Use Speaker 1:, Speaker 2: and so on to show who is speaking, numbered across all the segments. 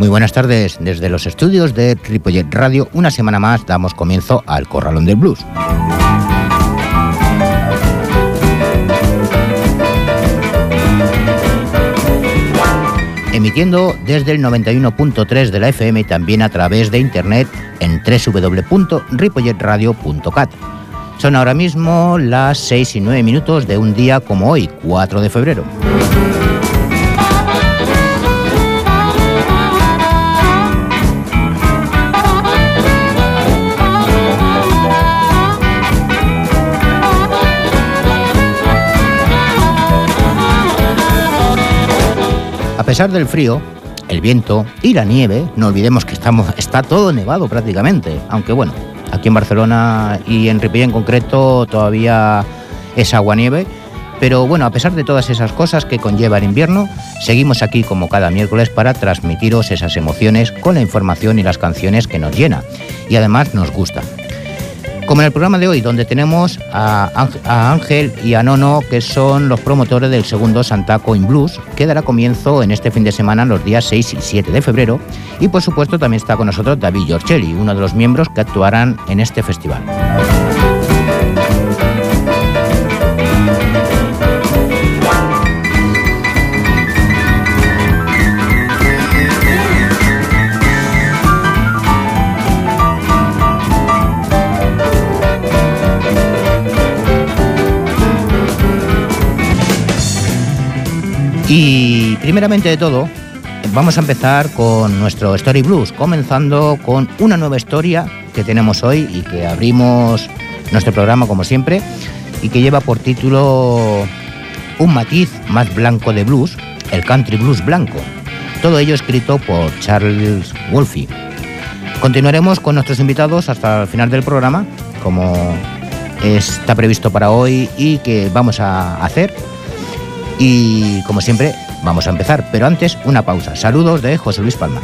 Speaker 1: Muy buenas tardes. Desde los estudios de Ripollet Radio, una semana más damos comienzo al Corralón del Blues. Emitiendo desde el 91.3 de la FM y también a través de internet en www.ripolletradio.cat. Son ahora mismo las 6:09 de un día como hoy, 4 de febrero. A pesar del frío, el viento y la nieve, no olvidemos que está todo nevado prácticamente, aunque bueno, aquí en Barcelona y en Ripollet en concreto todavía es aguanieve, pero bueno, a pesar de todas esas cosas que conlleva el invierno, seguimos aquí como cada miércoles para transmitiros esas emociones con la información y las canciones que nos llena y además nos gusta. Como en el programa de hoy, donde tenemos a Ángel y a Nono, que son los promotores del segundo Santaco in Blues, que dará comienzo en este fin de semana los días 6 y 7 de febrero. Y por supuesto también está con nosotros David Giorcelli, uno de los miembros que actuarán en este festival. Y primeramente de todo, vamos a empezar con nuestro Story Blues, comenzando con una nueva historia que tenemos hoy y que abrimos nuestro programa como siempre y que lleva por título Un matiz más blanco de blues, el country blues blanco. Todo ello escrito por Charles Wolfe. Continuaremos con nuestros invitados hasta el final del programa, como está previsto para hoy y que vamos a hacer. Y como siempre, vamos a empezar, pero antes una pausa. Saludos de José Luis Palma.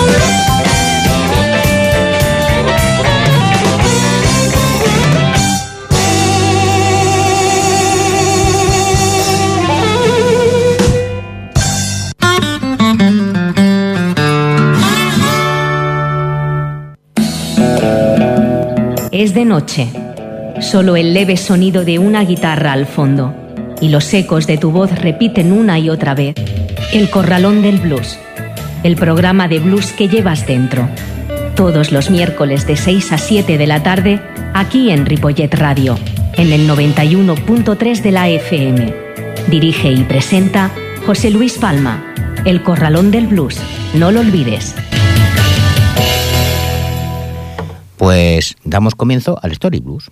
Speaker 2: Es de noche. Solo el leve sonido de una guitarra al fondo. Y los ecos de tu voz repiten una y otra vez. El Corralón del Blues, el programa de blues que llevas dentro. Todos los miércoles de 6 a 7 de la tarde, aquí en Ripollet Radio, en el 91.3 de la FM. Dirige y presenta José Luis Palma. El Corralón del Blues, no lo olvides.
Speaker 1: Pues damos comienzo al Story Blues.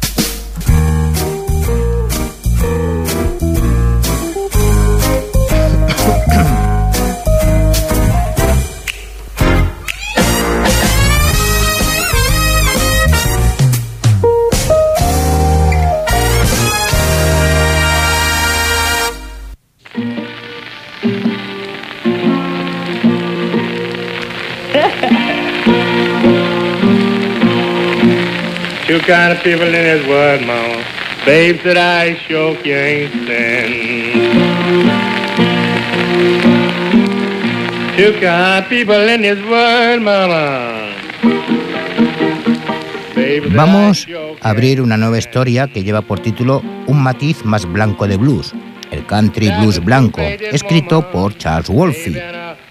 Speaker 3: Two kind of people in this world, mama. Babes that I sure can't stand. Two kind of people in this world, mama.
Speaker 1: Vamos a abrir una nueva historia que lleva por título Un matiz más blanco de blues, el country blues blanco, escrito por Charles Wolfe.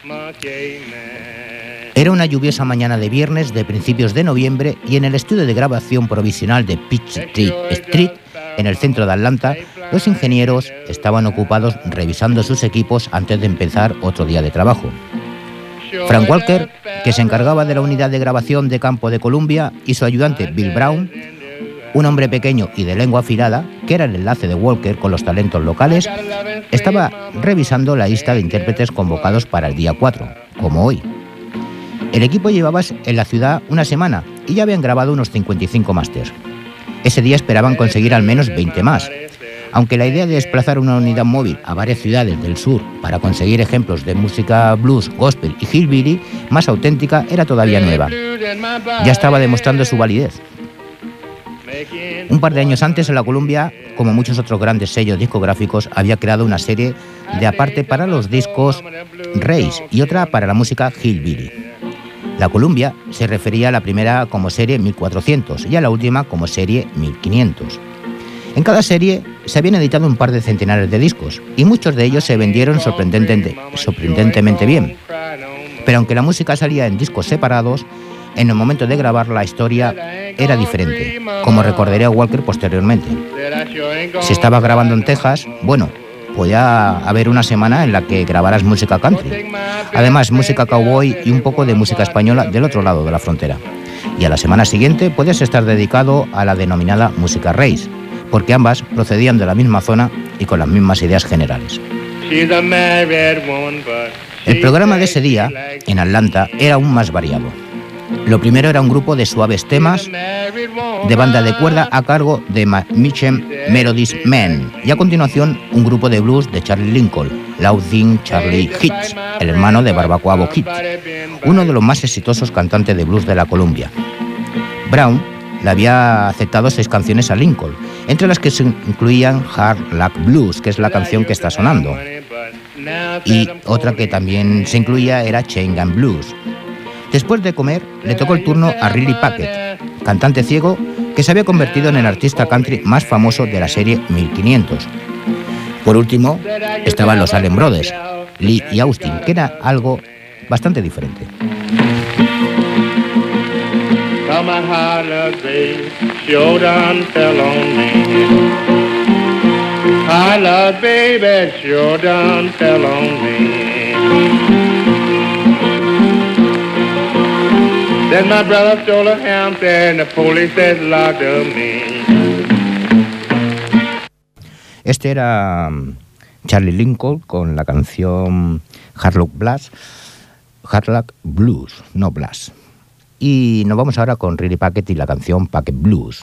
Speaker 1: Era una lluviosa mañana de viernes de principios de noviembre y en el estudio de grabación provisional de Peachtree Street, en el centro de Atlanta, los ingenieros estaban ocupados revisando sus equipos antes de empezar otro día de trabajo. Frank Walker, que se encargaba de la unidad de grabación de campo de Columbia, y su ayudante Bill Brown, un hombre pequeño y de lengua afilada, que era el enlace de Walker con los talentos locales, estaba revisando la lista de intérpretes convocados para el día 4, como hoy. El equipo llevaba en la ciudad una semana y ya habían grabado unos 55 másters. Ese día esperaban conseguir al menos 20 más. Aunque la idea de desplazar una unidad móvil a varias ciudades del sur para conseguir ejemplos de música blues, gospel y hillbilly más auténtica era todavía nueva. Ya estaba demostrando su validez. Un par de años antes, la Columbia, como muchos otros grandes sellos discográficos, había creado una serie de aparte para los discos Race y otra para la música Hillbilly. La Columbia se refería a la primera como serie 1400 y a la última como serie 1500. En cada serie se habían editado un par de centenares de discos y muchos de ellos se vendieron sorprendentemente bien. Pero aunque la música salía en discos separados, en el momento de grabar la historia era diferente, como recordaría Walker posteriormente. Si estabas grabando en Texas, bueno, podía haber una semana en la que grabaras música country, además música cowboy y un poco de música española del otro lado de la frontera. Y a la semana siguiente podías estar dedicado a la denominada música race, porque ambas procedían de la misma zona y con las mismas ideas generales. El programa de ese día, en Atlanta, era aún más variado. Lo primero era un grupo de suaves temas de banda de cuerda a cargo de Mitchell Melodies Men, y a continuación un grupo de blues de Charlie Lincoln, Laughing Charlie Hitch, el hermano de Barbacoa Bob Hitch, uno de los más exitosos cantantes de blues de la Columbia. Brown le había aceptado 6 canciones a Lincoln, entre las que se incluían Hard Luck Blues, que es la canción que está sonando, y otra que también se incluía era Chain Gang Blues. Después de comer, le tocó el turno a Riley Puckett, cantante ciego que se había convertido en el artista country más famoso de la serie 1500. Por último, estaban los Allen Brothers, Lee y Austin, que era algo bastante diferente.
Speaker 3: Then my brother stole a hamster and the police said locked up me.
Speaker 1: Este era Charlie Lincoln con la canción Hard Luck Blues, no Blues. Y nos vamos ahora con Riley Puckett y la canción Puckett Blues.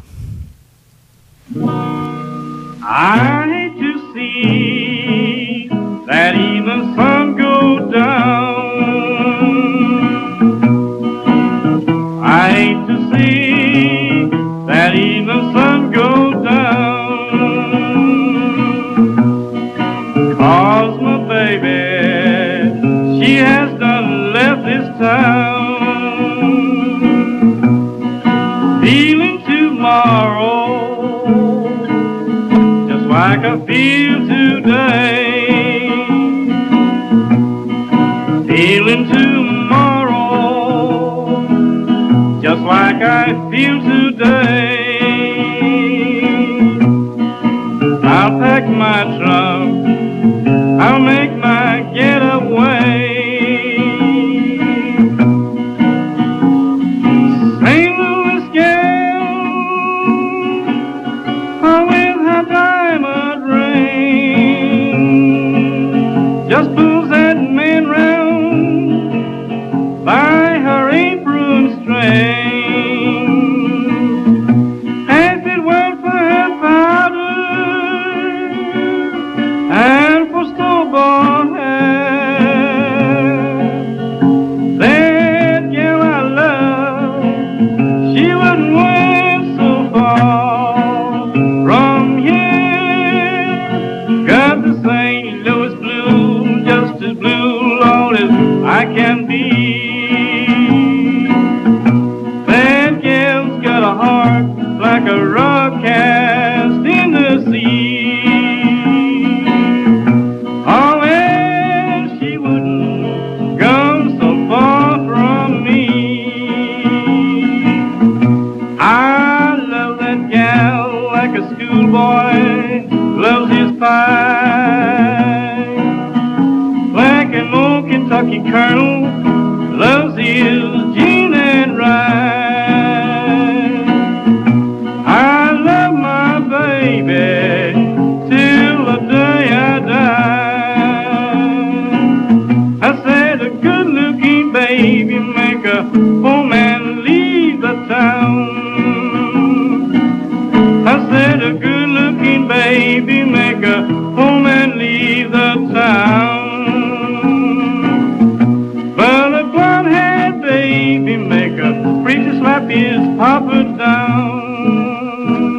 Speaker 4: I hate to see that even sun go down. I hate to see that even sun go down, 'cause my baby, she has done left this town, feeling tomorrow just like I feel today, feeling tomorrow just like I feel today. I'll pack my trunk, I'll make my getaway. St. Louis gal, with her diamond ring, just pulls that man round by her apron string. Can be. That gal's got a heart like a rock cast in the sea. Oh, and she wouldn't come so far from me. I love that gal like a schoolboy loves his pie, like an old Kentucky colonel loves his gin and rye. I love my baby till the day I die. I said a good-looking baby make a poor man leave the town. I said a good-looking baby make a poor man leave the town. Baby make a preacher slap his papa down.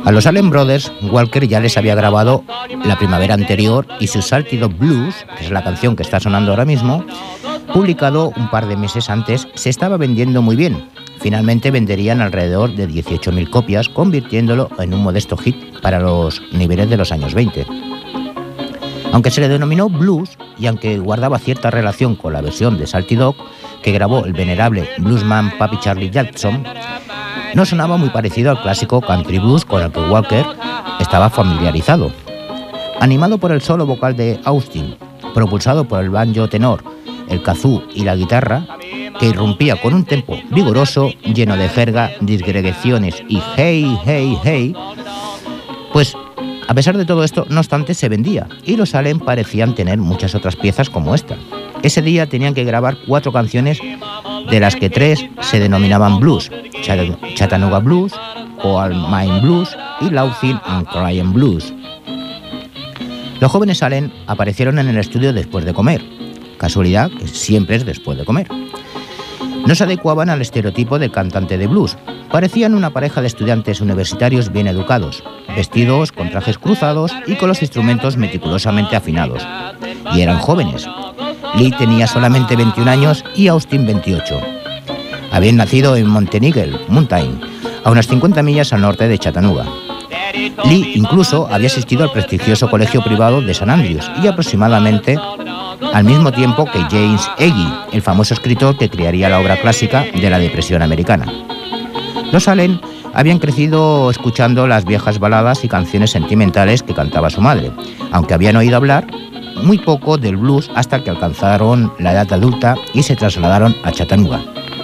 Speaker 1: A los Allen Brothers, Walker ya les había grabado la primavera anterior y su Salty Dog Blues, que es la canción que está sonando ahora mismo, publicado un par de meses antes, se estaba vendiendo muy bien. Finalmente venderían alrededor de 18.000 copias, convirtiéndolo en un modesto hit para los niveles de los años 20. Aunque se le denominó blues y aunque guardaba cierta relación con la versión de Salty Dog que grabó el venerable bluesman Pappy Charlie Jackson, no sonaba muy parecido al clásico country blues con el que Walker estaba familiarizado. Animado por el solo vocal de Austin, propulsado por el banjo tenor, el kazoo y la guitarra, que irrumpía con un tempo vigoroso, lleno de jerga, disgregaciones y hey, hey, hey, pues a pesar de todo esto, no obstante, se vendía y los Allen parecían tener muchas otras piezas como esta. Ese día tenían que grabar 4 canciones, de las que 3 se denominaban blues: Chattanooga Blues, Old Mine Blues y Laughing and Crying Blues. Los jóvenes Allen aparecieron en el estudio después de comer. Casualidad que siempre es después de comer. No se adecuaban al estereotipo del cantante de blues. Parecían una pareja de estudiantes universitarios bien educados, vestidos con trajes cruzados y con los instrumentos meticulosamente afinados. Y eran jóvenes. Lee tenía solamente 21 años y Austin 28. Habían nacido en Monteagle Mountain, a unas 50 millas al norte de Chattanooga. Lee incluso había asistido al prestigioso colegio privado de St. Andrews y aproximadamente al mismo tiempo que James Agee, el famoso escritor que crearía la obra clásica de la Depresión americana. Los Allen habían crecido escuchando las viejas baladas y canciones sentimentales que cantaba su madre, aunque habían oído hablar muy poco del blues hasta que alcanzaron la edad adulta y se trasladaron a Chattanooga.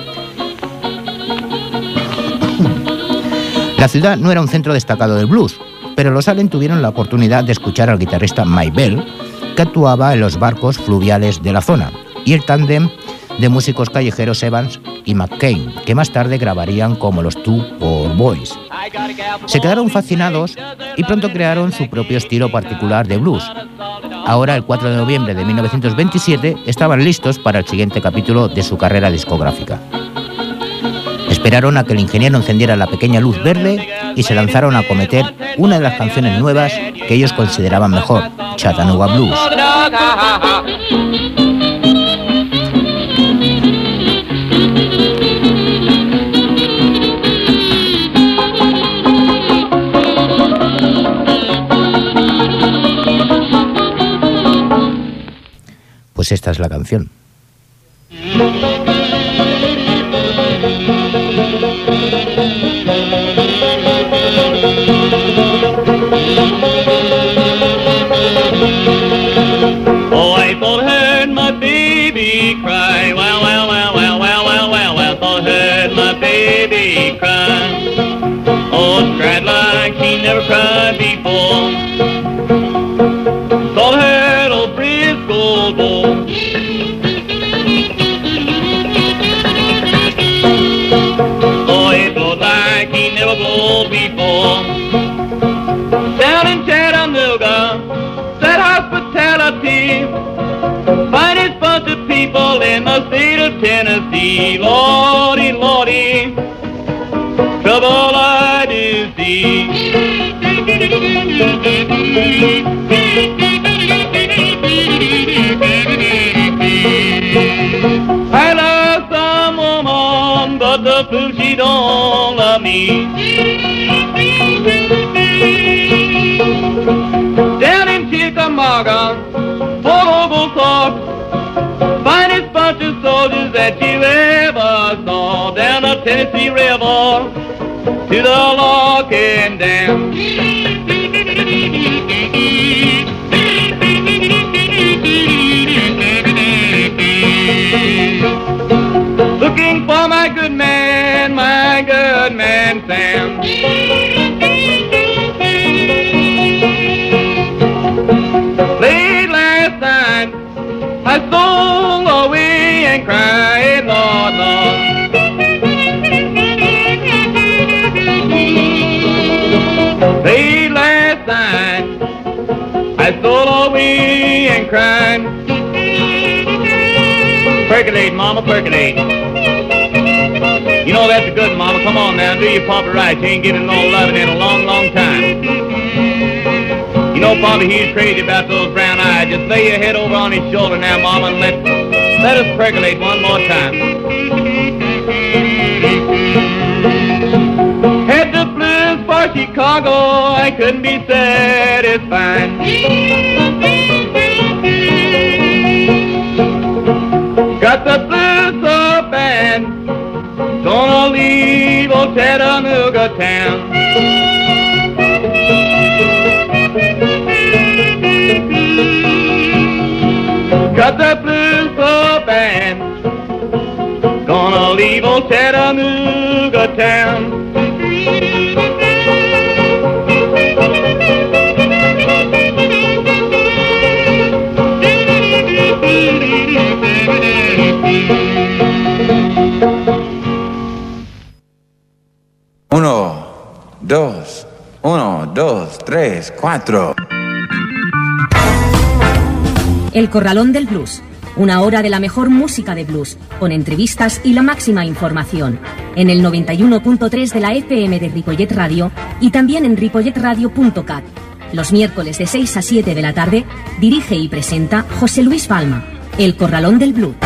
Speaker 1: La ciudad no era un centro destacado del blues, pero los Allen tuvieron la oportunidad de escuchar al guitarrista Mike Bell, que actuaba en los barcos fluviales de la zona, y el tándem de músicos callejeros Evans y McCain, que más tarde grabarían como los Two Poor Boys. Se quedaron fascinados y pronto crearon su propio estilo particular de blues. Ahora, el 4 de noviembre de 1927, estaban listos para el siguiente capítulo de su carrera discográfica. Esperaron a que el ingeniero encendiera la pequeña luz verde y se lanzaron a cometer una de las canciones nuevas que ellos consideraban mejor, Chattanooga Blues. Pues esta es la canción.
Speaker 4: Oh, I thought I heard my baby cry. Well, well, well, well, well, well, well, well, thought I heard my baby cry. Oh, cried like he never cried before. Thought I heard old Briscoe go. Oh, it blowed like he never blowed before. Down in Chattanooga, that hospitality, finest bunch of people in the state of Tennessee. Lordy, Lordy, trouble I do see. I love some woman, but the fool she don't love me. Down in Chickamauga, Fort Oglethorpe, finest bunch of soldiers that you ever saw. Down the Tennessee River to the Locking Dam. Looking for my good man Sam. Late last night, I stole away and cried, Lord, Lord. Late last night, I stole away and cried. Percolate, mama, percolate. You know that's a good mama. Come on now, do your papa right. You ain't getting no loving in a long, long time. You know, Papa, he's crazy about those brown eyes. Just lay your head over on his shoulder now, Mama, and let us percolate one more time. Had the blues for Chicago, I couldn't be satisfied. Got the blues so bad, gonna leave old Chattanooga town. Got the blues so bad, gonna leave old Chattanooga town.
Speaker 5: Uno, dos, tres, cuatro.
Speaker 2: El Corralón del Blues. Una hora de la mejor música de blues, con entrevistas y la máxima información. En el 91.3 de la FM de Ripollet Radio y también en ripolletradio.cat. Los miércoles de 6 a 7 de la tarde, dirige y presenta José Luis Palma. El Corralón del Blues.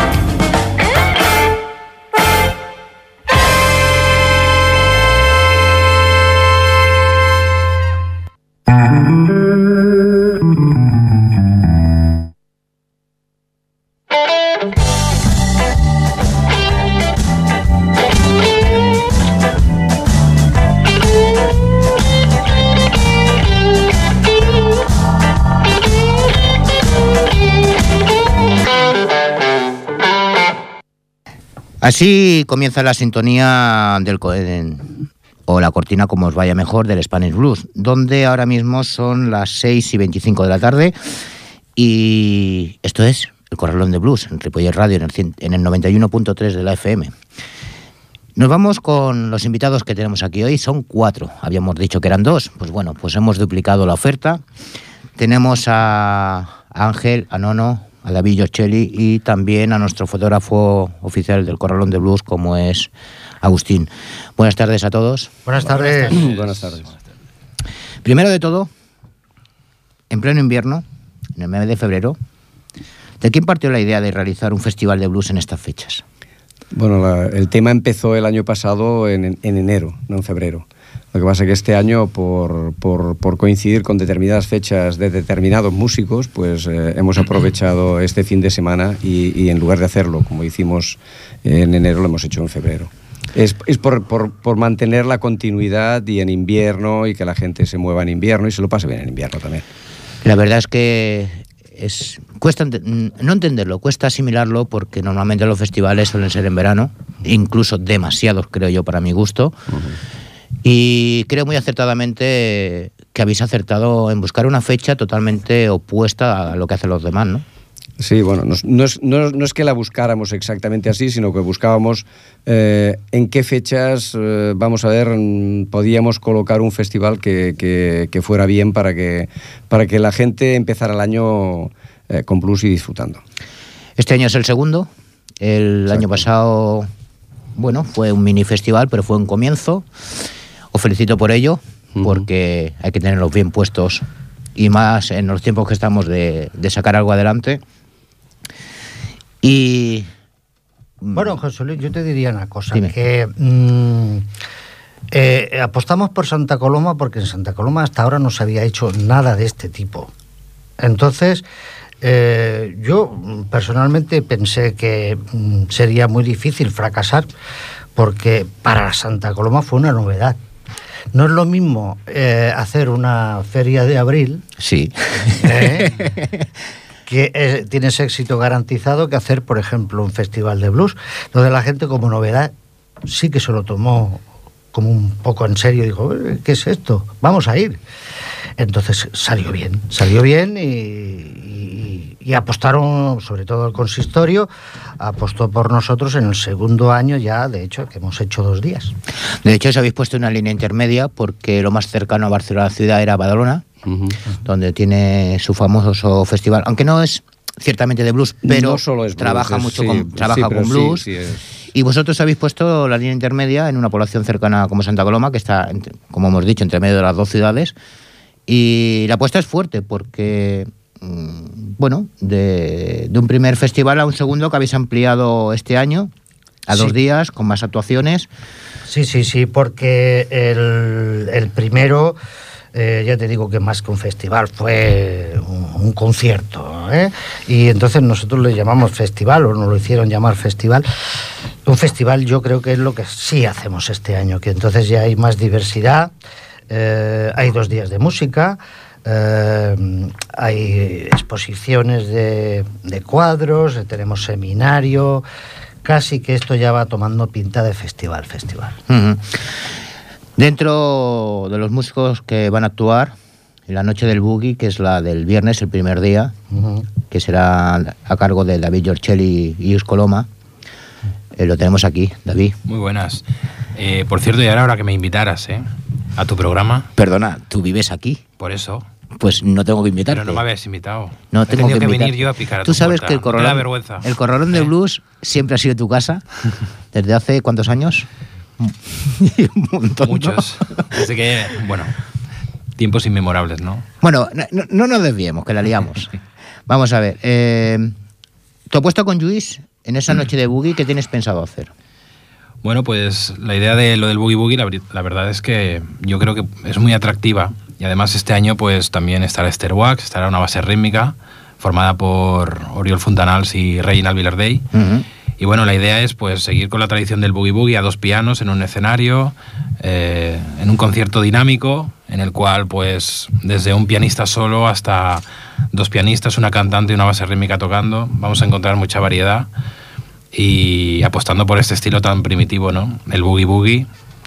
Speaker 1: Así comienza la sintonía del o la cortina, como os vaya mejor, del Spanish Blues, donde ahora mismo son las 6:25 de la tarde y esto es el Corralón de Blues en Ripollet Radio en el 91.3 de la FM. Nos vamos con los invitados que tenemos aquí hoy, son 4, habíamos dicho que eran 2, pues bueno, pues hemos duplicado la oferta. Tenemos a Ángel, a Nono, a David Giorcelli y también a nuestro fotógrafo oficial del Corralón de Blues, como es Agustín. Buenas tardes a todos.
Speaker 6: Buenas tardes.
Speaker 7: Buenas tardes.
Speaker 1: Primero de todo, en pleno invierno, en el mes de febrero, ¿de quién partió la idea de realizar un festival de blues en estas fechas?
Speaker 7: Bueno, el tema empezó el año pasado en enero, no en febrero. Lo que pasa es que este año, por coincidir con determinadas fechas de determinados músicos, pues hemos aprovechado este fin de semana y en lugar de hacerlo, como hicimos en enero, lo hemos hecho en febrero. Es por mantener la continuidad y en invierno y que la gente se mueva en invierno y se lo pase bien en invierno también.
Speaker 1: La verdad es que cuesta no entenderlo, cuesta asimilarlo, porque normalmente los festivales suelen ser en verano, incluso demasiados, creo yo, para mi gusto. Y creo muy acertadamente que habéis acertado en buscar una fecha totalmente opuesta a lo que hacen los demás, ¿no?
Speaker 7: Sí, bueno, no es que la buscáramos exactamente así, sino que buscábamos en qué fechas, vamos a ver, podíamos colocar un festival que fuera bien para que la gente empezara el año con blues y disfrutando.
Speaker 1: Este año es el segundo. El año pasado, bueno, fue un mini festival, pero fue un comienzo. Os felicito por ello, porque hay que tenerlos bien puestos, y más en los tiempos que estamos de sacar algo adelante. Y
Speaker 6: bueno, José Luis, yo te diría una cosa.
Speaker 1: Dime.
Speaker 6: Que apostamos por Santa Coloma porque en Santa Coloma hasta ahora no se había hecho nada de este tipo. Entonces, yo personalmente pensé que sería muy difícil fracasar, porque para Santa Coloma fue una novedad. No es lo mismo hacer una feria de abril,
Speaker 1: sí,
Speaker 6: que tienes éxito garantizado, que hacer, por ejemplo, un festival de blues, donde la gente, como novedad, sí que se lo tomó como un poco en serio. Dijo, ¿qué es esto? Vamos a ir. Entonces salió bien y apostaron, sobre todo el consistorio, apostó por nosotros en el segundo año ya, de hecho, que hemos hecho 2 días.
Speaker 1: De hecho, os habéis puesto una línea intermedia, porque lo más cercano a Barcelona ciudad era Badalona, donde tiene su famoso festival, aunque no es ciertamente de blues, pero
Speaker 7: no solo es blues,
Speaker 1: trabaja mucho con
Speaker 7: pero
Speaker 1: blues.
Speaker 7: sí,
Speaker 1: Y vosotros habéis puesto la línea intermedia en una población cercana como Santa Coloma, que está, como hemos dicho, entre medio de las dos ciudades. Y la apuesta es fuerte porque, bueno, de un primer festival a un segundo que habéis ampliado este año a 2 días, con más actuaciones.
Speaker 6: Sí, porque el primero, ya te digo que más que un festival, fue un concierto, ¿eh? Y entonces nosotros le llamamos festival, o nos lo hicieron llamar festival. Un festival yo creo que es lo que sí hacemos este año, que entonces ya hay más diversidad, hay 2 días de música, hay exposiciones de cuadros, tenemos seminario, casi que esto ya va tomando pinta de festival.
Speaker 1: Uh-huh. Dentro de los músicos que van a actuar en la noche del boogie, que es la del viernes, el primer día, uh-huh, que será a cargo de David Giorcelli y Yus Coloma, lo tenemos aquí, David.
Speaker 8: Muy buenas. Por cierto, ya era hora que me invitaras a tu programa.
Speaker 1: Perdona, ¿tú vives aquí?
Speaker 8: Por eso.
Speaker 1: Pues no tengo que invitarte.
Speaker 8: Pero no me habías invitado.
Speaker 1: No tengo que
Speaker 8: venir yo a picar a
Speaker 1: Tú
Speaker 8: tu
Speaker 1: sabes
Speaker 8: puerta.
Speaker 1: que el Corralón de Blues siempre ha sido tu casa. ¿Desde hace cuántos años? Un montón,
Speaker 8: muchos. ¿No? Desde que, bueno, tiempos inmemorables, ¿no?
Speaker 1: Bueno, no nos desviemos, que la liamos. Vamos a ver. ¿Tu apuesta con Lluís en esa noche de boogie, qué tienes pensado hacer?
Speaker 8: Bueno, pues la idea de lo del boogie boogie, la verdad es que yo creo que es muy atractiva. Y además este año pues también estará Esther Wax, estará una base rítmica formada por Oriol Fontanals y Reginald Villardell. Uh-huh. Y bueno, la idea es pues seguir con la tradición del boogie boogie a 2 pianos en un escenario, en un concierto dinámico, en el cual pues desde un pianista solo hasta 2 pianistas, una cantante y una base rítmica tocando, vamos a encontrar mucha variedad y apostando por este estilo tan primitivo, ¿no? El boogie boogie.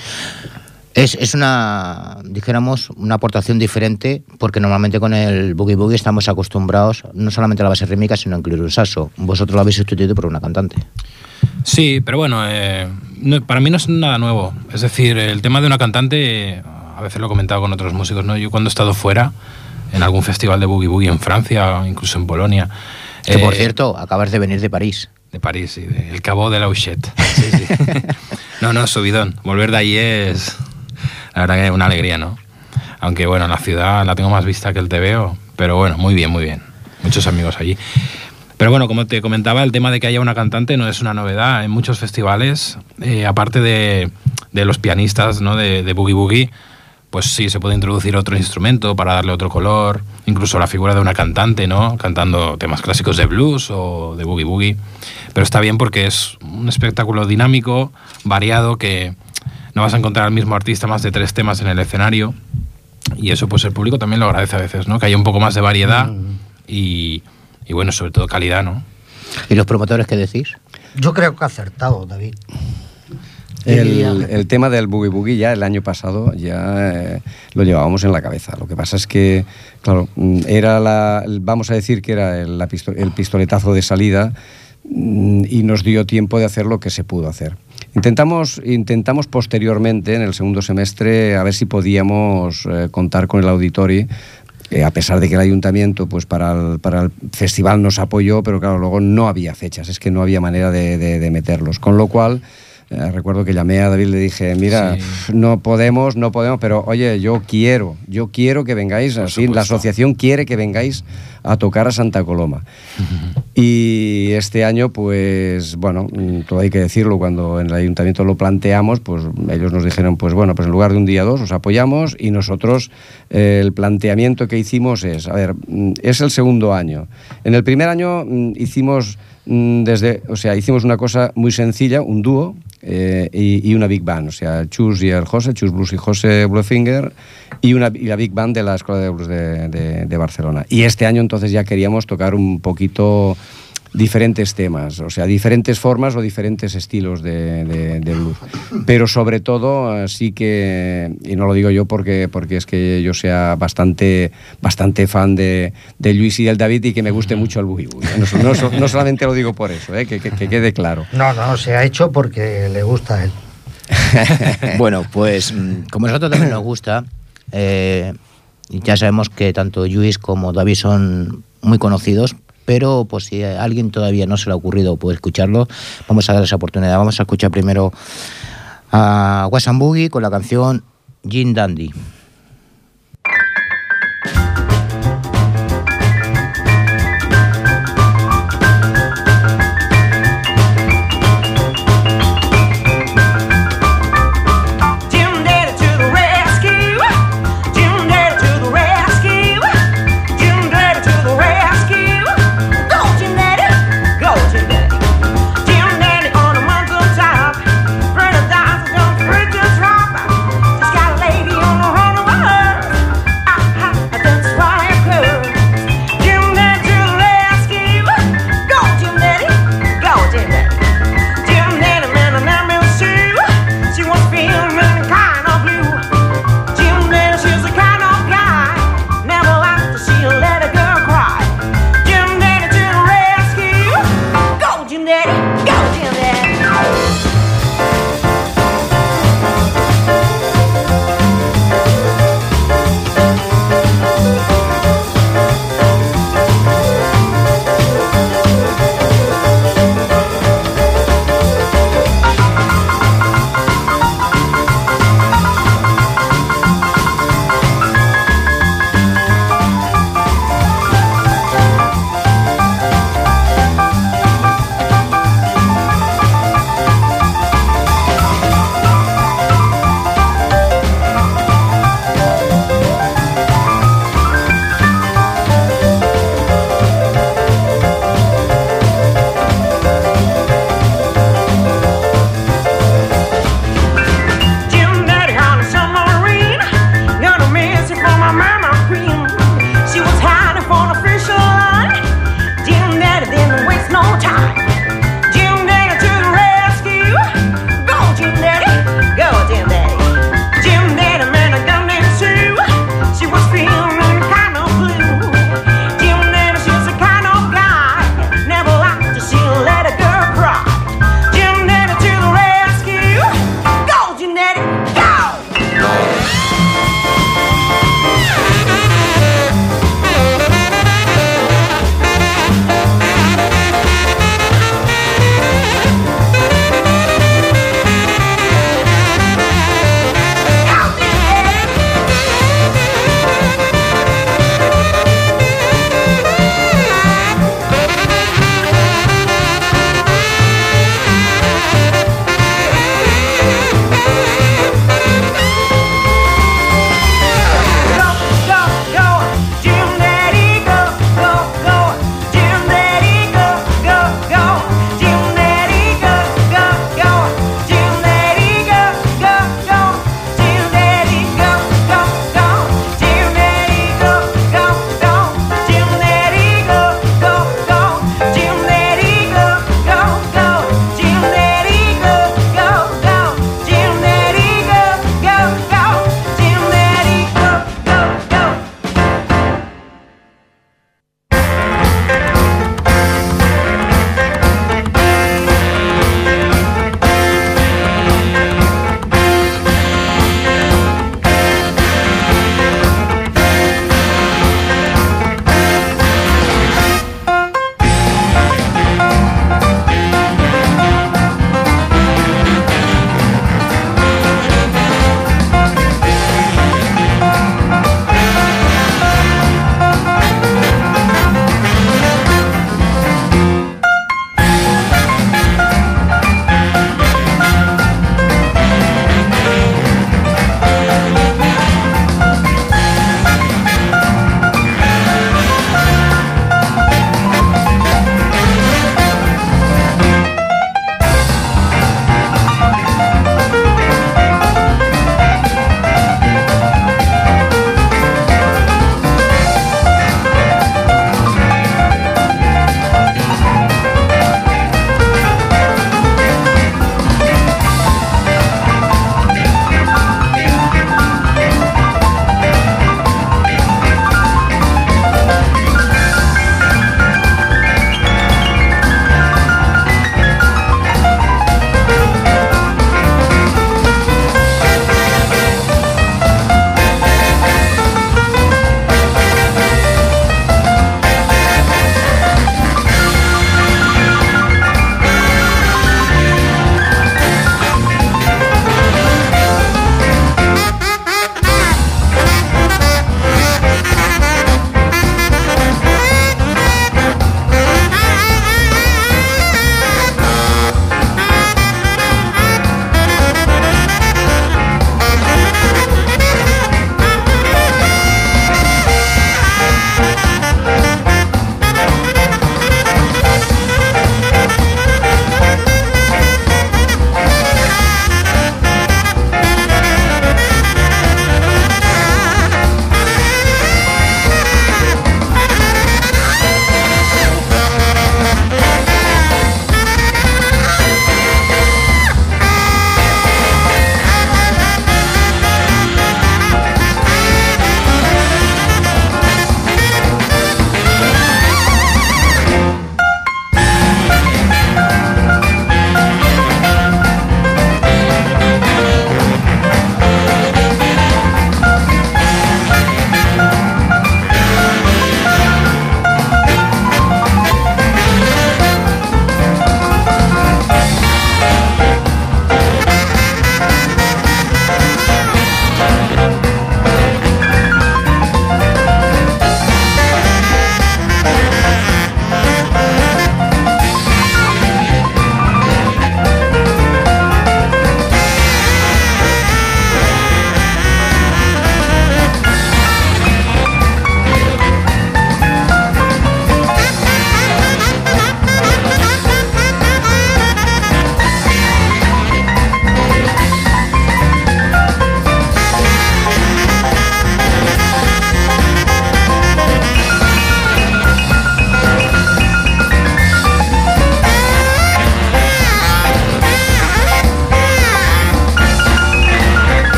Speaker 1: Es una, dijéramos, una aportación diferente, porque normalmente con el boogie boogie estamos acostumbrados no solamente a la base rítmica, sino a incluir un saxo. Vosotros lo habéis sustituido por una cantante.
Speaker 8: Sí, pero bueno, para mí no es nada nuevo. Es decir, el tema de una cantante, a veces lo he comentado con otros músicos, ¿no? Yo cuando he estado fuera, en algún festival de boogie boogie en Francia, incluso en Polonia...
Speaker 1: Que por cierto, acabas de venir de París.
Speaker 8: De París, sí, del Cabo de la Huchette. Sí, sí. No, subidón. Volver de allí es... La verdad que es una alegría, ¿no? Aunque, bueno, la ciudad la tengo más vista que el TVO, pero bueno, muy bien, muy bien. Muchos amigos allí. Pero bueno, como te comentaba, el tema de que haya una cantante no es una novedad. En muchos festivales, aparte de los pianistas, ¿no? de boogie boogie, pues sí, se puede introducir otro instrumento para darle otro color, incluso la figura de una cantante, ¿no? Cantando temas clásicos de blues o de boogie boogie. Pero está bien porque es un espectáculo dinámico, variado, que... No vas a encontrar al mismo artista más de 3 temas en el escenario, y eso pues el público también lo agradece a veces, ¿no? Que haya un poco más de variedad y bueno, sobre todo calidad, ¿no?
Speaker 1: ¿Y los promotores qué decís?
Speaker 6: Yo creo que ha acertado, David.
Speaker 7: El tema del boogie boogie ya el año pasado ya lo llevábamos en la cabeza. Lo que pasa es que, claro, vamos a decir que era el pistoletazo de salida, y nos dio tiempo de hacer lo que se pudo hacer. Intentamos posteriormente, en el segundo semestre, a ver si podíamos contar con el Auditori, a pesar de que el ayuntamiento pues para el festival nos apoyó, pero claro, luego no había fechas, es que no había manera de meterlos. Con lo cual, recuerdo que llamé a David y le dije, mira, sí, no podemos, pero oye, yo quiero que vengáis, así, la asociación quiere que vengáis a tocar a Santa Coloma. Uh-huh. Y este año, pues, bueno, todo hay que decirlo, cuando en el ayuntamiento lo planteamos, pues ellos nos dijeron, pues bueno, pues en lugar de un día 2 os apoyamos, y nosotros el planteamiento que hicimos es, a ver, es el segundo año. En el primer año hicimos una cosa muy sencilla, un dúo, y una big band, o sea, Chus y el José, Chus Blues y José Bluefinger, y la big band de la Escuela de Blues de Barcelona. Y este año entonces ya queríamos tocar un poquito diferentes temas, o sea, diferentes formas o diferentes estilos de blues. Pero sobre todo, sí que, y no lo digo yo porque es que yo sea bastante fan de Lluís y del David, y que me guste mucho el boogie boogie. No solamente lo digo por eso, que quede claro.
Speaker 6: No, se ha hecho porque le gusta a él.
Speaker 1: Bueno, pues como a nosotros también nos gusta, ya sabemos que tanto Lluís como David son muy conocidos pero pues si a alguien todavía no se le ha ocurrido puede escucharlo, vamos a dar esa oportunidad. Vamos a escuchar primero a Wasan Boogie con la canción Jim Dandy.
Speaker 9: Just got a lady on the run.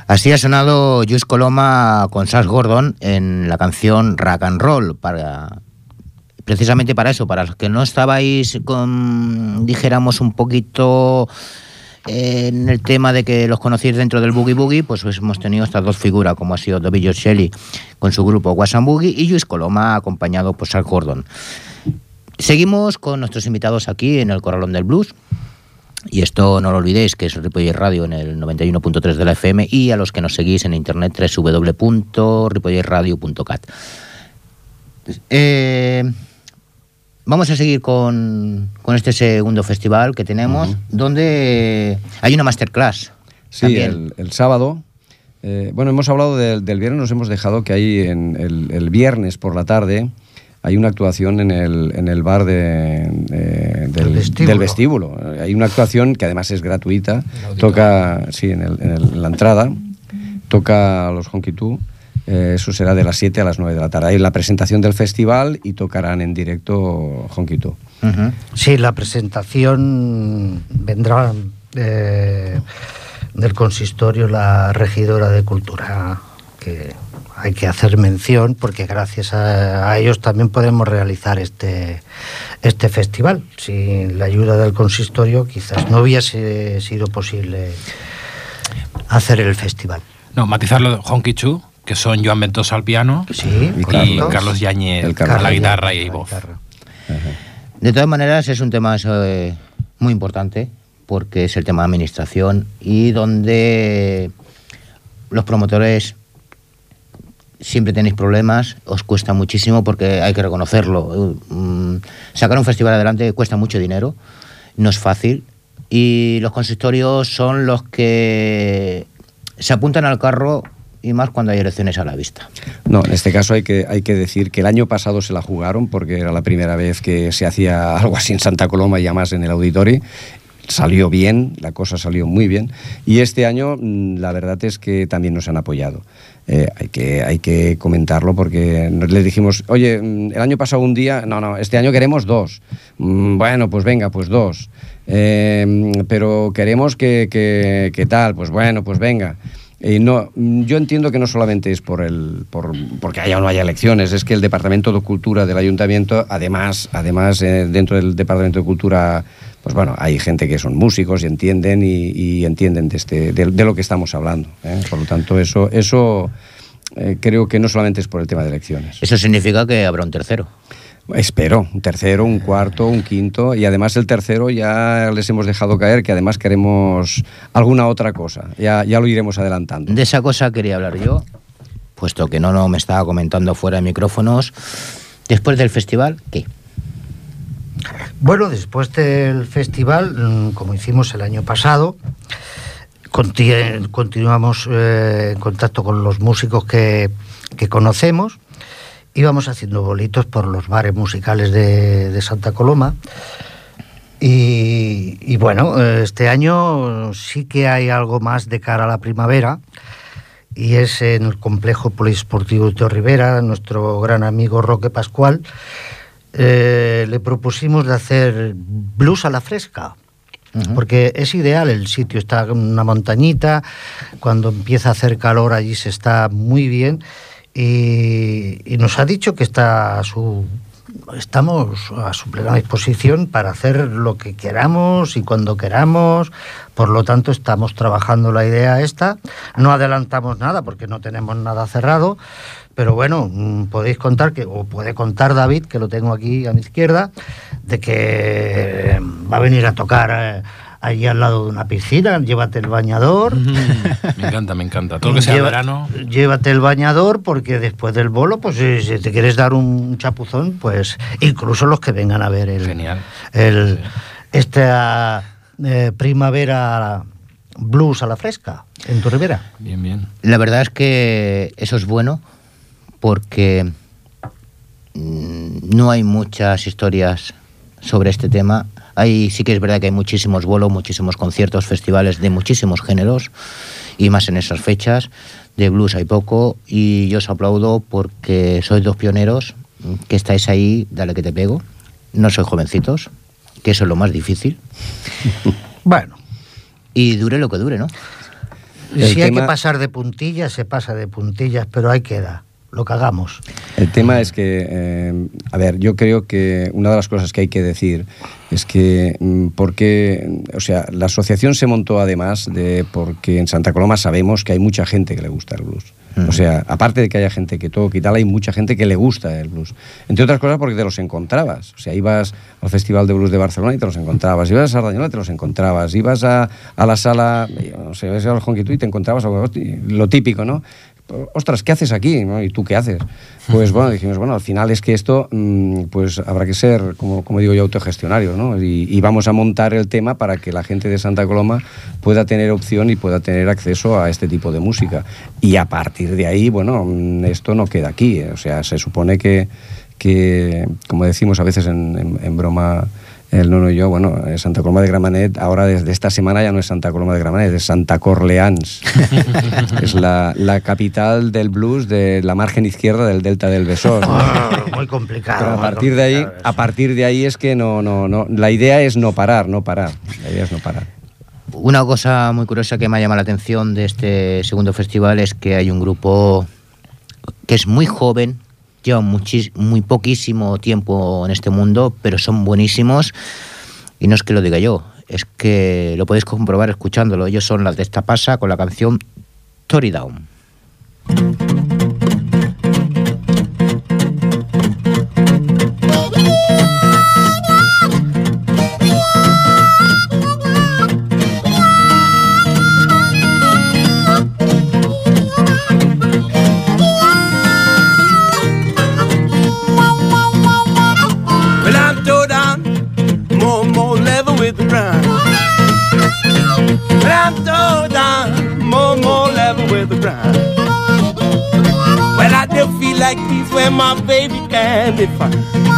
Speaker 1: Así ha sonado Lluís Coloma con Sash Gordon en la canción Rock and Roll, precisamente para eso, para los que no estabais dijéramos un poquito en el tema de que los conocéis dentro del Boogie Boogie, pues hemos tenido estas dos figuras, como ha sido Toby George Shelley con su grupo Wash and Boogie y Lluís Coloma acompañado por Sash Gordon. Seguimos con nuestros invitados aquí en el Corralón del Blues. Y esto no lo olvidéis, que es Ripollet Radio en el 91.3 de la FM, y a los que nos seguís en internet www.ripolletradio.cat. Vamos a seguir con este segundo festival que tenemos, donde hay una masterclass.
Speaker 7: Sí, el sábado. Bueno, hemos hablado del viernes, nos hemos dejado que hay el viernes por la tarde. Hay una actuación en el bar del vestíbulo. Hay una actuación que además es gratuita. Toca, sí, en la entrada. Toca los Honky Tonk. Eso será de las 7 a las 9 de la tarde. Hay la presentación del festival y tocarán en directo Honky Tonk.
Speaker 6: Uh-huh. Sí, la presentación vendrá del consistorio la regidora de Cultura, que hay que hacer mención porque gracias a ellos también podemos realizar este festival. Sin la ayuda del consistorio quizás no hubiese sido posible hacer el festival.
Speaker 8: No, matizarlo, Honky Tonk, que son Joan Ventosa al piano,
Speaker 6: sí,
Speaker 8: y Carlos Yáñez a la guitarra y voz.
Speaker 1: De todas maneras es un tema muy importante porque es el tema de administración y donde los promotores siempre tenéis problemas, os cuesta muchísimo porque hay que reconocerlo. Sacar un festival adelante cuesta mucho dinero, no es fácil, y los consistorios son los que se apuntan al carro, y más cuando hay elecciones a la vista.
Speaker 7: No, en este caso hay que decir que el año pasado se la jugaron porque era la primera vez que se hacía algo así en Santa Coloma y además en el Auditori. Salió bien, la cosa salió muy bien, y este año la verdad es que también nos han apoyado. Hay que comentarlo porque les dijimos, oye, el año pasado un día, no, este año queremos 2. Bueno, pues venga, pues 2. Pero queremos que tal, pues bueno, pues venga. No, yo entiendo que no solamente es porque haya o no haya elecciones, es que el Departamento de Cultura del Ayuntamiento, además dentro del Departamento de Cultura, pues bueno, hay gente que son músicos y entienden y entienden de lo que estamos hablando, ¿eh? Por lo tanto, eso creo que no solamente es por el tema de elecciones.
Speaker 1: Eso significa que habrá un tercero.
Speaker 7: Espero, un tercero, un cuarto, un quinto, y además el tercero ya les hemos dejado caer que además queremos alguna otra cosa, ya lo iremos adelantando.
Speaker 1: De esa cosa quería hablar yo, puesto que no me estaba comentando fuera de micrófonos. Después del festival, ¿qué?
Speaker 6: Bueno, después del festival, como hicimos el año pasado, continuamos en contacto con los músicos que conocemos. Íbamos haciendo bolitos por los bares musicales de Santa Coloma y bueno, este año sí que hay algo más de cara a la primavera y es en el complejo poliesportivo Teo Rivera, nuestro gran amigo Roque Pascual. Le propusimos de hacer blues a la fresca. Porque es ideal el sitio, está en una montañita, cuando empieza a hacer calor allí se está muy bien. Y nos ha dicho que estamos a su plena disposición para hacer lo que queramos y cuando queramos. Por lo tanto, estamos trabajando la idea esta. No adelantamos nada porque no tenemos nada cerrado. Pero bueno, podéis contar, o puede contar David, que lo tengo aquí a mi izquierda, de que va a venir a tocar allí al lado de una piscina. Llévate el bañador.
Speaker 8: Me encanta. Todo lo que sea verano. Llévate
Speaker 6: el bañador porque después del bolo, pues si te quieres dar un chapuzón, pues incluso los que vengan a ver esta primavera blues a la fresca en tu Ribera.
Speaker 8: Bien.
Speaker 1: La verdad es que eso es bueno porque no hay muchas historias sobre este tema. Sí que es verdad que hay muchísimos bolos, muchísimos conciertos, festivales de muchísimos géneros, y más en esas fechas. De blues hay poco, y yo os aplaudo porque sois dos pioneros que estáis ahí, dale que te pego. No sois jovencitos, que eso es lo más difícil.
Speaker 6: Bueno.
Speaker 1: Y dure lo que dure, ¿no?
Speaker 6: Si hay que pasar de puntillas, se pasa de puntillas, pero ahí queda lo que hagamos.
Speaker 7: El tema es que, a ver, yo creo que una de las cosas que hay que decir es que porque, o sea, la asociación se montó además porque en Santa Coloma sabemos que hay mucha gente que le gusta el blues. O sea, aparte de que haya gente que toque y tal, hay mucha gente que le gusta el blues. Entre otras cosas porque te los encontrabas. O sea, ibas al Festival de Blues de Barcelona y te los encontrabas. Ibas a Sardañola y te los encontrabas. Ibas a la sala, no sé, ibas al Honky Tonk y te encontrabas lo típico, ¿no? Ostras, ¿qué haces aquí? ¿No? ¿Y tú qué haces? Pues bueno, dijimos, bueno, al final es que esto pues habrá que ser, como digo yo, autogestionarios, ¿no? Y vamos a montar el tema para que la gente de Santa Coloma pueda tener opción y pueda tener acceso a este tipo de música. Y a partir de ahí, bueno, esto no queda aquí. O sea, se supone que como decimos a veces en broma, el Nono y yo, bueno, Santa Coloma de Gramenet, ahora desde esta semana ya no es Santa Coloma de Gramenet, es Santa Corleans. Es la capital del blues de la margen izquierda del delta del Besós.
Speaker 6: Muy complicado.
Speaker 7: Pero a partir de ahí es que no, la idea es no parar. La idea es no parar.
Speaker 1: Una cosa muy curiosa que me ha llamado la atención de este segundo festival es que hay un grupo que es muy joven, llevan muy poquísimo tiempo en este mundo, pero son buenísimos, y no es que lo diga yo, es que lo podéis comprobar escuchándolo. Ellos son las Destapasa con la canción Tori Down.
Speaker 9: Like this where my baby can be found.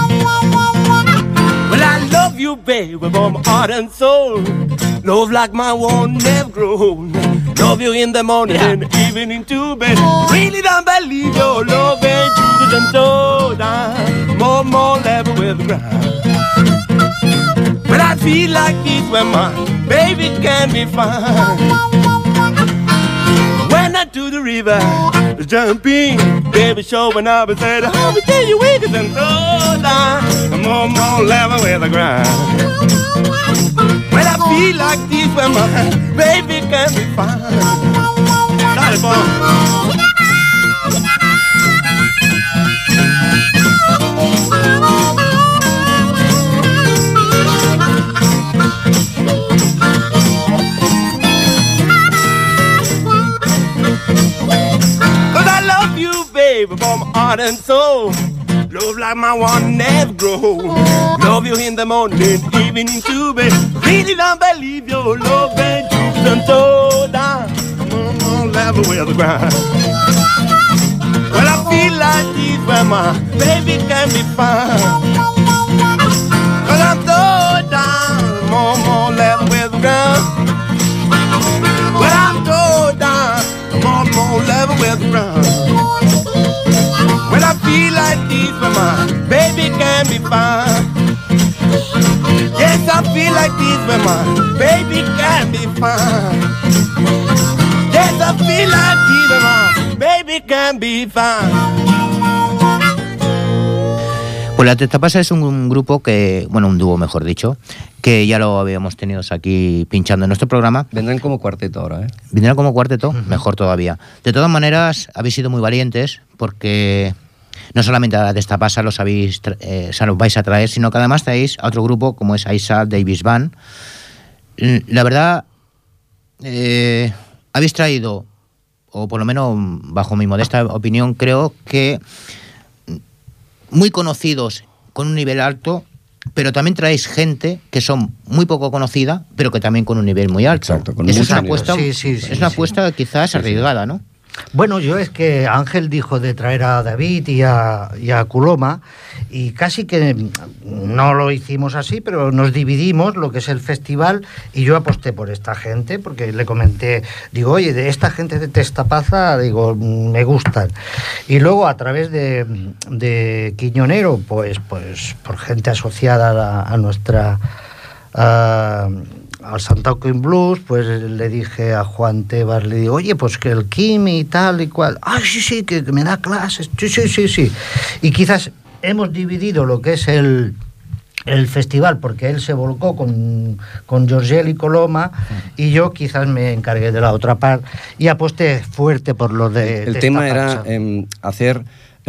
Speaker 9: Well, I love you, baby, from heart and soul. Love like my one never grown. Love you in the morning and evening to bed. Really don't believe your love and you and so down. More level with the ground. Well, I feel like this where my baby can be found. When I to the river, jumping, baby showing up and said, "How we tell you wicked and so down, more level with the ground." When I feel like this, when my baby can be found. Baby, from heart and soul, love like my one never grow. Love you in the morning, evening to bed. Really don't believe your love and you done so down. Level with the ground. Well, I feel like this where my baby can be found. Cause I'm so down, more level with the ground. Well, I'm so down, more level with the ground. Well, I feel like this where my baby can be found. Yes, I feel like this where my baby can be found. Yes, I feel like this where my baby can be found.
Speaker 1: Pues la Destapasa es un grupo que, bueno, un dúo mejor dicho, que ya lo habíamos tenido aquí pinchando en nuestro programa.
Speaker 7: Vendrán como cuarteto ahora, ¿eh?
Speaker 1: Vendrán como cuarteto, mejor todavía. De todas maneras, habéis sido muy valientes porque no solamente a la Destapasa los vais a traer, sino que además traéis a otro grupo como es Aisa Davis Band. La verdad, habéis traído, o por lo menos bajo mi modesta opinión, creo que muy conocidos con un nivel alto, pero también traéis gente que son muy poco conocida, pero que también con un nivel muy alto.
Speaker 7: Exacto, con
Speaker 1: es
Speaker 7: mucho
Speaker 1: una
Speaker 7: nivel.
Speaker 1: apuesta, es una apuesta quizás arriesgada, ¿no?
Speaker 6: Bueno, yo es que Ángel dijo de traer a David y a Kuloma, y casi que no lo hicimos así, pero nos dividimos lo que es el festival, y yo aposté por esta gente, porque le comenté, digo, oye, de esta gente de Destapasa, digo, me gustan. Y luego a través de Quiñonero, pues por gente asociada a nuestra al Santa Queen Blues, pues le dije a Juan Tebas, le digo, oye, pues que el Kimi y tal y cual. Ah, sí, que me da clases. Sí. Y quizás hemos dividido lo que es el festival, porque él se volcó con Giorgiel y Coloma, y yo quizás me encargué de la otra parte y aposté fuerte por lo de...
Speaker 7: El tema era hacer...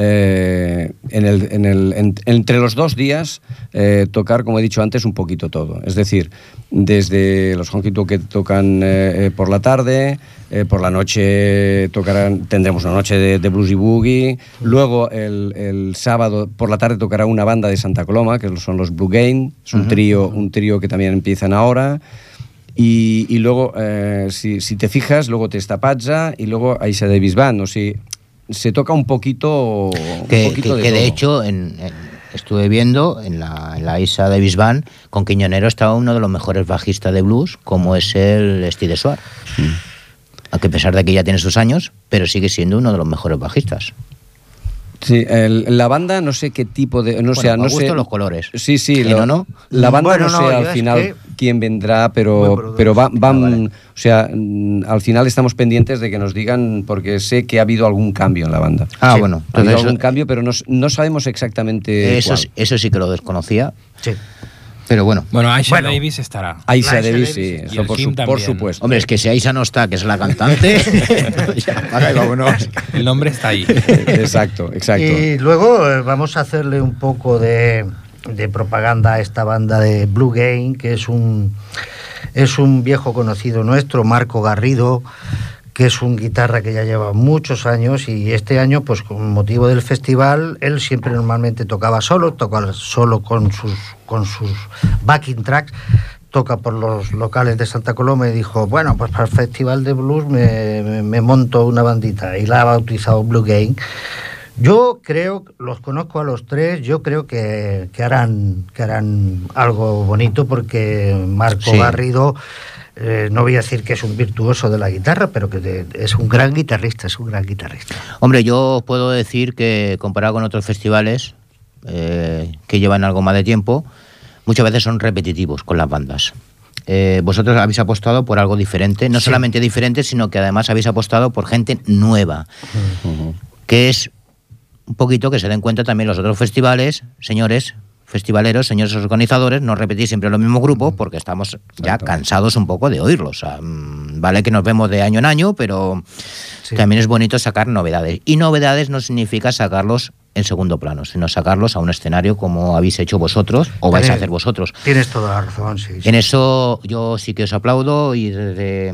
Speaker 7: entre los 2 días tocar, como he dicho antes, un poquito todo. Es decir, desde los honky tonk que tocan por la tarde, por la noche tendremos una noche de blues y boogie. Luego el sábado por la tarde tocará una banda de Santa Coloma, que son los Blue Game. Es un trío que también empiezan ahora. Y luego, si te fijas, luego te está Pazza y luego Aisha Davis Band. O sea, se toca un poquito
Speaker 1: que
Speaker 7: de
Speaker 1: de hecho estuve viendo en la Aisha Davis Band, con Quiñonero estaba uno de los mejores bajistas de blues, como es el Steve Suar. Aunque a pesar de que ya tiene sus años, pero sigue siendo uno de los mejores bajistas.
Speaker 7: Sí, la banda no sé qué tipo de... No sé,
Speaker 1: me gustan los colores.
Speaker 7: Sí,
Speaker 1: ¿no?
Speaker 7: La banda no sé al final quién vendrá, pero van... Vale. O sea, al final estamos pendientes de que nos digan, porque sé que ha habido algún cambio en la banda.
Speaker 1: Ah, sí, bueno.
Speaker 7: Ha habido algún cambio, pero no sabemos exactamente
Speaker 1: eso sí que lo desconocía. Sí. Pero bueno.
Speaker 8: Bueno, Aisha Davis estará.
Speaker 7: Aisha Davis, sí. Eso por supuesto.
Speaker 1: Hombre, es que si Aisha no está, que es la cantante...
Speaker 8: El nombre está ahí.
Speaker 7: Exacto.
Speaker 6: Y luego vamos a hacerle un poco de propaganda a esta banda de Blue Game, que es un viejo conocido nuestro, Marco Garrido, que es un guitarra que ya lleva muchos años, y este año, pues con motivo del festival, él siempre normalmente tocaba solo con sus backing tracks, toca por los locales de Santa Coloma, y dijo, bueno, pues para el Festival de Blues me monto una bandita, y la ha bautizado Blue Game. Yo creo, los conozco a los tres, yo creo que harán algo bonito, porque Marco Garrido... no voy a decir que es un virtuoso de la guitarra, pero que es un gran guitarrista,
Speaker 1: Hombre, yo puedo decir que comparado con otros festivales que llevan algo más de tiempo, muchas veces son repetitivos con las bandas. Vosotros habéis apostado por algo diferente, no solamente diferente, sino que además habéis apostado por gente nueva, que es un poquito que se den cuenta también los otros festivales, señores festivaleros, señores organizadores, no repetís siempre los mismos grupos, porque estamos ya cansados un poco de oírlos. O sea, vale que nos vemos de año en año, pero también es bonito sacar novedades. Y novedades no significa sacarlos en segundo plano, sino sacarlos a un escenario como habéis hecho vosotros o vais a hacer vosotros.
Speaker 6: Tienes toda la razón, sí.
Speaker 1: En eso yo sí que os aplaudo, y desde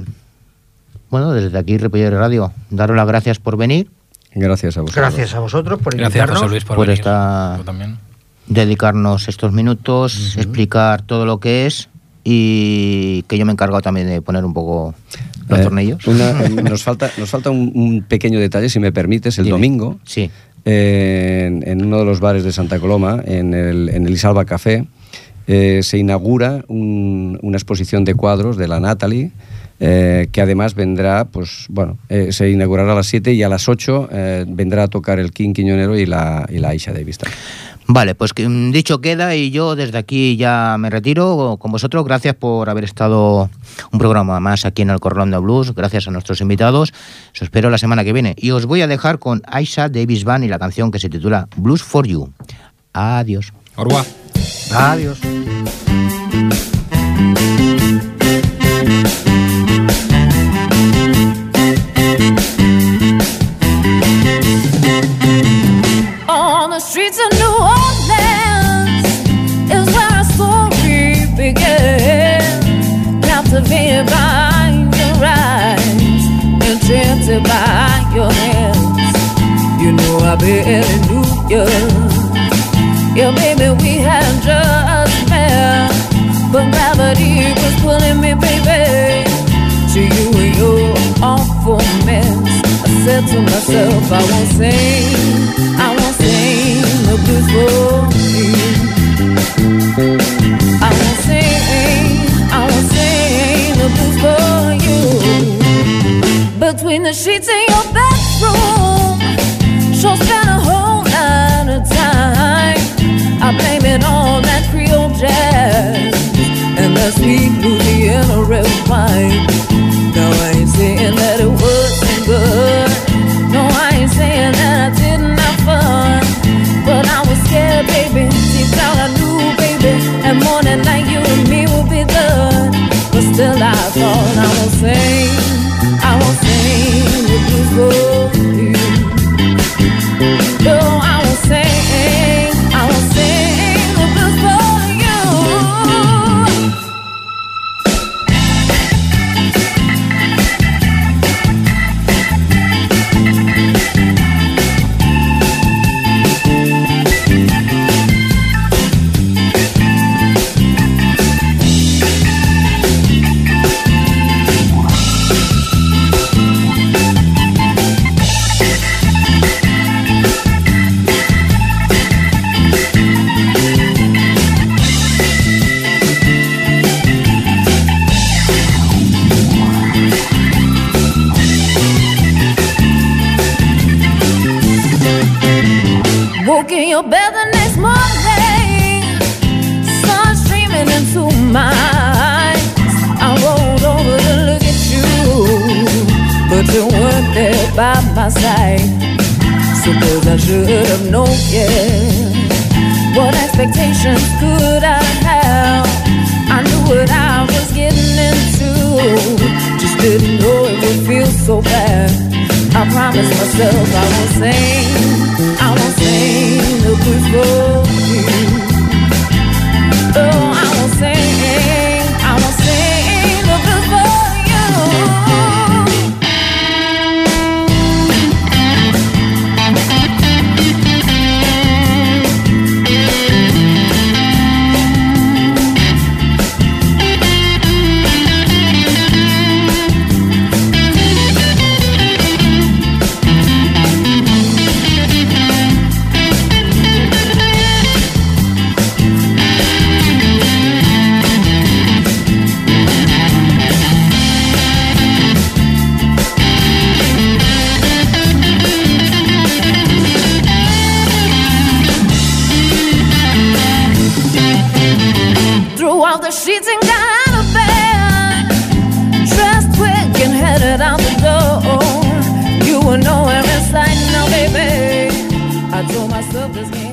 Speaker 1: aquí, Ripollet Radio, daros las gracias por venir.
Speaker 7: Gracias a vosotros.
Speaker 6: Gracias a vosotros por invitarnos.
Speaker 8: Gracias, José Luis, por venir.
Speaker 1: Dedicarnos estos minutos, explicar todo lo que es, y que yo me he encargado también de poner un poco los tornillos.
Speaker 7: Nos falta un pequeño detalle, si me permites. El domingo, en uno de los bares de Santa Coloma, en el Isalba Café, se inaugura una exposición de cuadros de la Natalie, que además vendrá, se inaugurará a las 7, y a las 8 vendrá a tocar el King Quiñonero y la Aisha Davis.
Speaker 1: Vale, pues dicho queda, y yo desde aquí ya me retiro con vosotros. Gracias por haber estado un programa más aquí en el Corralón de Blues. Gracias a nuestros invitados. Os espero la semana que viene. Y os voy a dejar con Aisha Davis Band y la canción que se titula Blues for You. Adiós.
Speaker 8: Au revoir.
Speaker 6: Adiós.
Speaker 10: On the streets of New Orleans is where our story began. Captivated by your eyes, enchanted by your hands. You know I barely knew you. Yeah, baby, we had just met, but gravity was pulling me, baby, to you and your awful mess. I said to myself, I won't sing the blues for you. I won't sing the blues for you. Between the sheets in your bedroom, sure spent a whole lot of time. I blame it on that Creole jazz and that sweet Louisiana red wine. No, I ain't saying that it wasn't good. No, I ain't saying that I didn't have fun. But I was scared, baby. Deep down I knew, baby, and more than like you and me would be done. But still I thought I won't sing the blues for you. No, I won't sing the blues for you. Woke in your bed the next morning, sun streaming into my eyes. I rolled over to look at you, but you weren't there by my side. Suppose I should have known, yeah. What expectations could I have? I knew what I was getting into, just didn't know it would feel so bad. I promised myself I won't sing the blues for you. Oh, I won't sing the blues for you. The sheets and got out of bed, dressed quick and headed out the door. You were nowhere in sight now, baby. I told myself this game